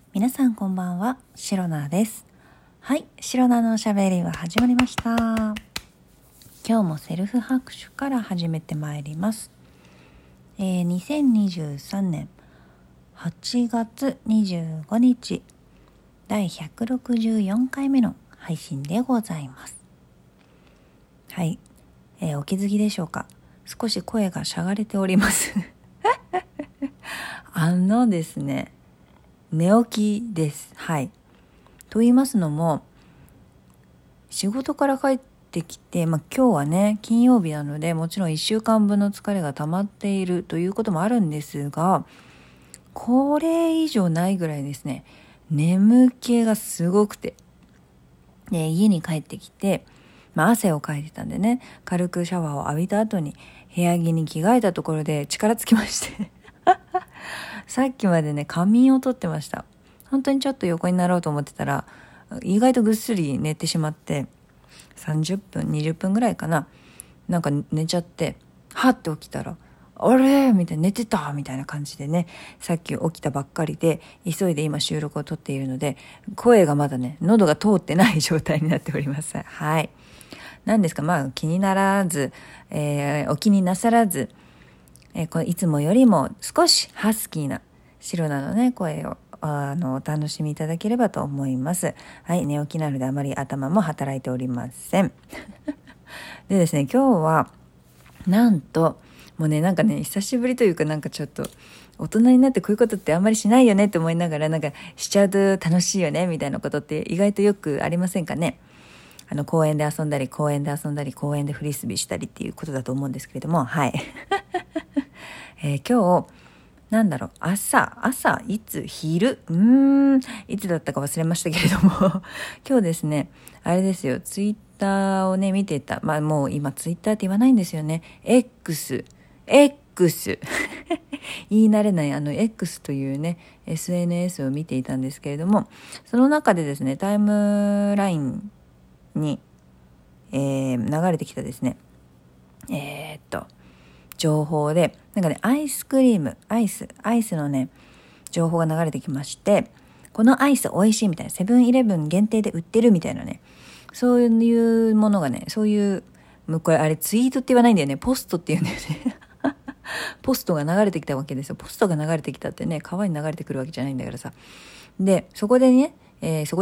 皆さんこんばんは、シロナです。はい、シロナのおしゃべりは始まりました。今日もセルフ拍手から始めてまいります。2023年8月25日第164回目の配信でございます。はい、お気づきでしょうか。少し声がしゃがれておりますですね、寝起きです。はい。と言いますのも、仕事から帰ってきて、今日はね、金曜日なので、もちろん1週間分の疲れが溜まっているということもあるんですが、これ以上ないぐらいですね、眠気がすごくて。で、家に帰ってきて、汗をかいてたんでね、軽くシャワーを浴びた後に、部屋着に着替えたところで力尽きましてさっきまでね、仮眠をとってました。本当にちょっと横になろうと思ってたら、意外とぐっすり寝てしまって、30分、20分ぐらいかな。なんか寝ちゃって、はって起きたら、あれみたいな、寝てたみたいな感じでね、さっき起きたばっかりで、急いで今収録を撮っているので、声がまだね、喉が通ってない状態になっております。はい。なんですか、気にならず、お気になさらず、いつもよりも少しハスキーなシロナのね、声をお楽しみいただければと思います。はい、寝起きなのであまり頭も働いておりません。でですね、今日はなんともうね、久しぶりというか、ちょっと大人になってこういうことってあんまりしないよねって思いながら、しちゃうと楽しいよねみたいなことって意外とよくありませんかね。公園で遊んだり、公園でフリスビーしたりっていうことだと思うんですけれども、はい。今日朝、昼、いつだったか忘れましたけれども、今日ですね、あれですよ、ツイッターをね、見てた。もう今ツイッターって言わないんですよね。X。言い慣れないX というね、SNS を見ていたんですけれども、その中でですね、タイムラインに、流れてきたですね、情報で、アイスクリーム、アイスのね、情報が流れてきまして、このアイス美味しいみたいな、セブンイレブン限定で売ってるみたいなね、そういうものがね、これあれツイートって言わないんだよね、ポストって言うんだよね。ポストが流れてきたわけですよ。ポストが流れてきたってね、川に流れてくるわけじゃないんだからさ。で、そこでね、セ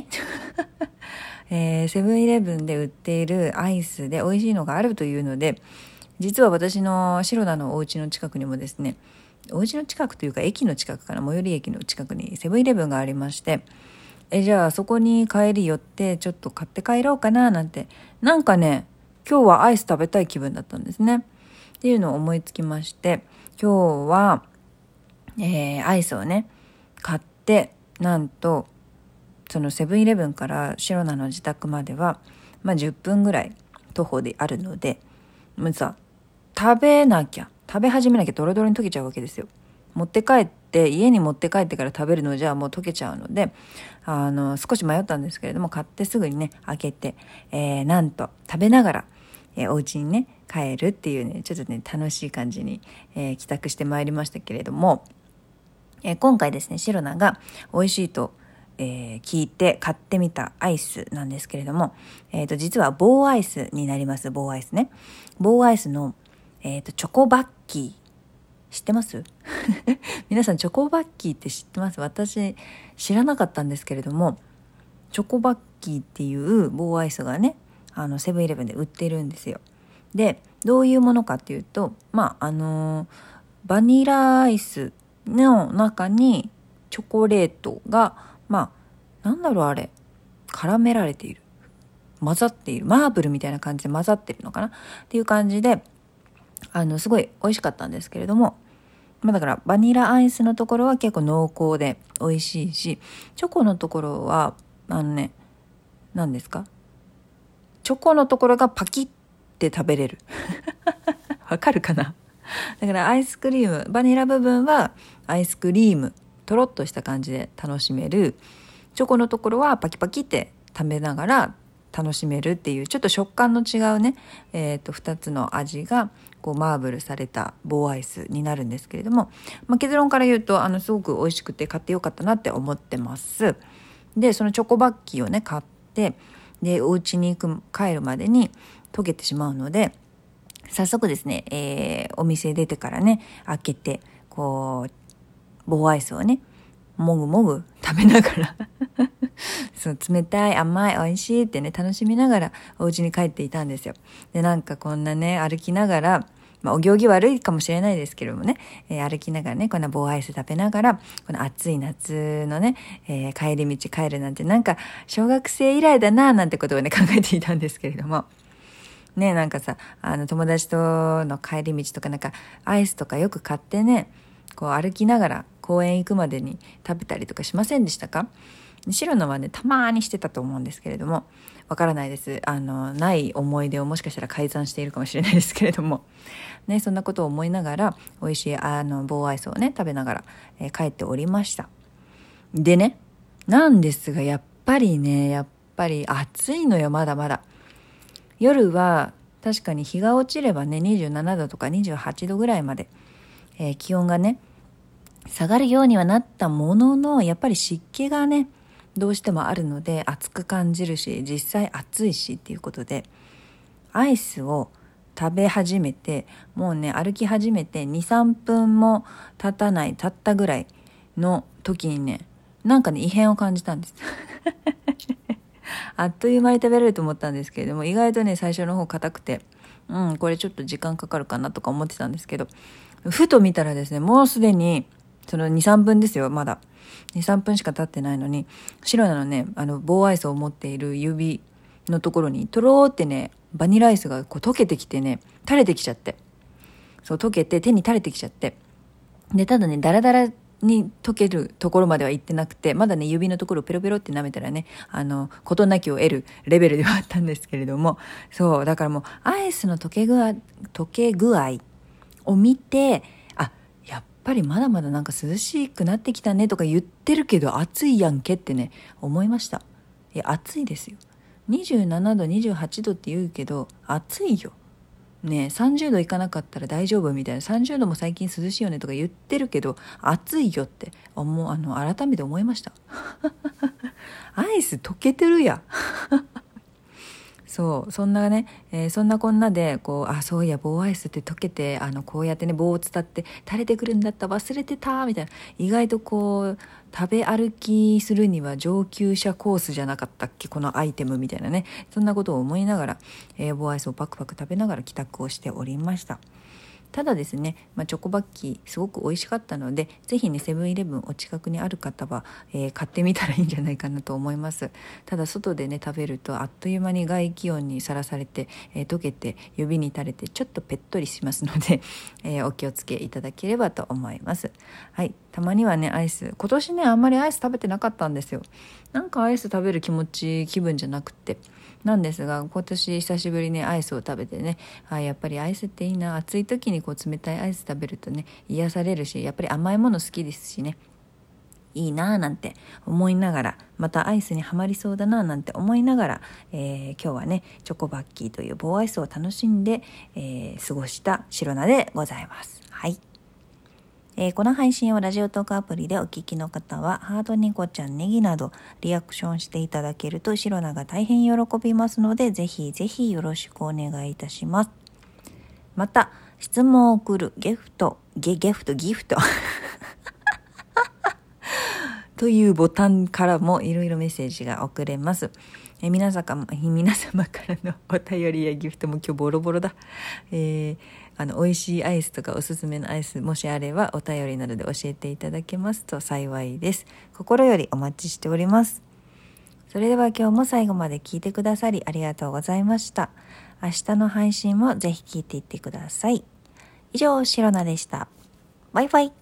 ブンイレブンで売っているアイスで美味しいのがあるというので、実は私のシロナのお家の近くにもですね、お家の近くというか駅の近くかな、最寄り駅の近くにセブンイレブンがありまして、じゃあそこに帰り寄ってちょっと買って帰ろうかななんて、今日はアイス食べたい気分だったんですね。っていうのを思いつきまして、今日は、アイスをね、買って、なんと、そのセブンイレブンからシロナの自宅までは、10分ぐらい徒歩であるので、もうさ、食べ始めなきゃドロドロに溶けちゃうわけですよ。家に持って帰ってから食べるのじゃもう溶けちゃうので、少し迷ったんですけれども、買ってすぐにね、開けて、なんと食べながら、お家にね、帰るっていうね、ちょっとね、楽しい感じに、帰宅してまいりましたけれども、今回ですね、シロナが美味しいと、聞いて買ってみたアイスなんですけれども、実は棒アイスになります。棒アイスね。棒アイスの、チョコバッキー。知ってます皆さんチョコバッキーって知ってます？私知らなかったんですけれども、チョコバッキーっていう棒アイスがね、セブンイレブンで売ってるんですよ。で、どういうものかっていうと、バニラアイスの中にチョコレートが絡められている。混ざっている。マーブルみたいな感じで混ざってるのかなっていう感じで、すごい美味しかったんですけれども、だからバニラアイスのところは結構濃厚で美味しいし、チョコのところは、何ですか？チョコのところがパキって食べれる。わかるかな？だからアイスクリーム、バニラ部分はアイスクリーム、とろっとした感じで楽しめる。チョコのところはパキパキって食べながら楽しめるっていう、ちょっと食感の違うね、2つの味がこうマーブルされた棒アイスになるんですけれども、結論から言うとすごく美味しくて買ってよかったなって思ってます。でそのチョコバッキーをね買って、でお家に帰るまでに溶けてしまうので、早速ですね、お店出てからね開けてこう棒アイスをねもぐもぐ食べながらそう冷たい甘い美味しいってね楽しみながらお家に帰っていたんですよ。でなんかこんなね歩きながら、お行儀悪いかもしれないですけどもね、歩きながらねこんな棒アイス食べながらこの暑い夏のね、帰り道帰るなんてなんか小学生以来だななんてことをね考えていたんですけれどもね、なんかさ友達との帰り道とかなんかアイスとかよく買ってねこう歩きながら公園行くまでに食べたりとかしませんでしたか？白のはねたまにしてたと思うんですけれども、わからないです。ない思い出をもしかしたら改ざんしているかもしれないですけれどもね、そんなことを思いながら美味しい棒アイスをね食べながら、帰っておりました。でね、なんですがやっぱり暑いのよ。まだまだ夜は確かに日が落ちればね27度とか28度ぐらいまで、気温がね下がるようにはなったものの、やっぱり湿気がねどうしてもあるので暑く感じるし、実際暑いしっていうことでアイスを食べ始めて、もうね歩き始めて 2,3 分も経ったぐらいの時にねなんかね異変を感じたんですあっという間に食べれると思ったんですけれども、意外とね最初の方硬くて、これちょっと時間かかるかなとか思ってたんですけど、ふと見たらですねもうすでにその 2,3 分ですよ。まだ 2,3 分しか経ってないのに、白菜のね棒アイスを持っている指のところにとろーってねバニラアイスがこう溶けてきてね垂れてきちゃって、そう溶けて手に垂れてきちゃって、でただねダラダラに溶けるところまでは行ってなくて、まだね指のところをペロペロって舐めたらね事なきを得るレベルではあったんですけれども、そうだからもうアイスの溶け具合を見て、やっぱりまだまだなんか涼しくなってきたねとか言ってるけど暑いやんけってね思いました。いや暑いですよ。27度28度って言うけど暑いよね。30度いかなかったら大丈夫みたいな、30度も最近涼しいよねとか言ってるけど暑いよって改めて思いましたアイス溶けてるやんそんなね、そんなこんなでそういや棒アイスって溶けてこうやってね棒を伝って垂れてくるんだった忘れてたみたいな、意外と食べ歩きするには上級者コースじゃなかったっけこのアイテムみたいなね、そんなことを思いながら、棒アイスをパクパク食べながら帰宅をしておりました。ただですね、チョコバッキーすごく美味しかったので、ぜひねセブンイレブンお近くにある方は、買ってみたらいいんじゃないかなと思います。ただ外でね食べるとあっという間に外気温にさらされて、溶けて指に垂れてちょっとぺっとりしますので、お気をつけいただければと思います。はい、たまにはねアイス、今年ねあんまりアイス食べてなかったんですよ。なんかアイス食べる気分じゃなくてなんですが、今年久しぶりにアイスを食べてね、やっぱりアイスっていいな、暑い時に冷たいアイス食べるとね癒されるし、やっぱり甘いもの好きですしね、いいななんて思いながら、またアイスにはまりそうだななんて思いながら、今日はねチョコバッキーという棒アイスを楽しんで、過ごした白菜でございます。はい、この配信をラジオトークアプリでお聞きの方はハートニコちゃんネギなどリアクションしていただけると白菜が大変喜びますので、ぜひぜひよろしくお願いいたします。また質問を送るギフトというボタンからもいろいろメッセージが送れます。皆様からのお便りやギフトも今日ボロボロだ。美味しいアイスとかおすすめのアイスもしあればお便りなどで教えていただけますと幸いです。心よりお待ちしております。それでは今日も最後まで聞いてくださりありがとうございました。明日の配信もぜひ聞いていってください。以上、シロナでした。バイバイ。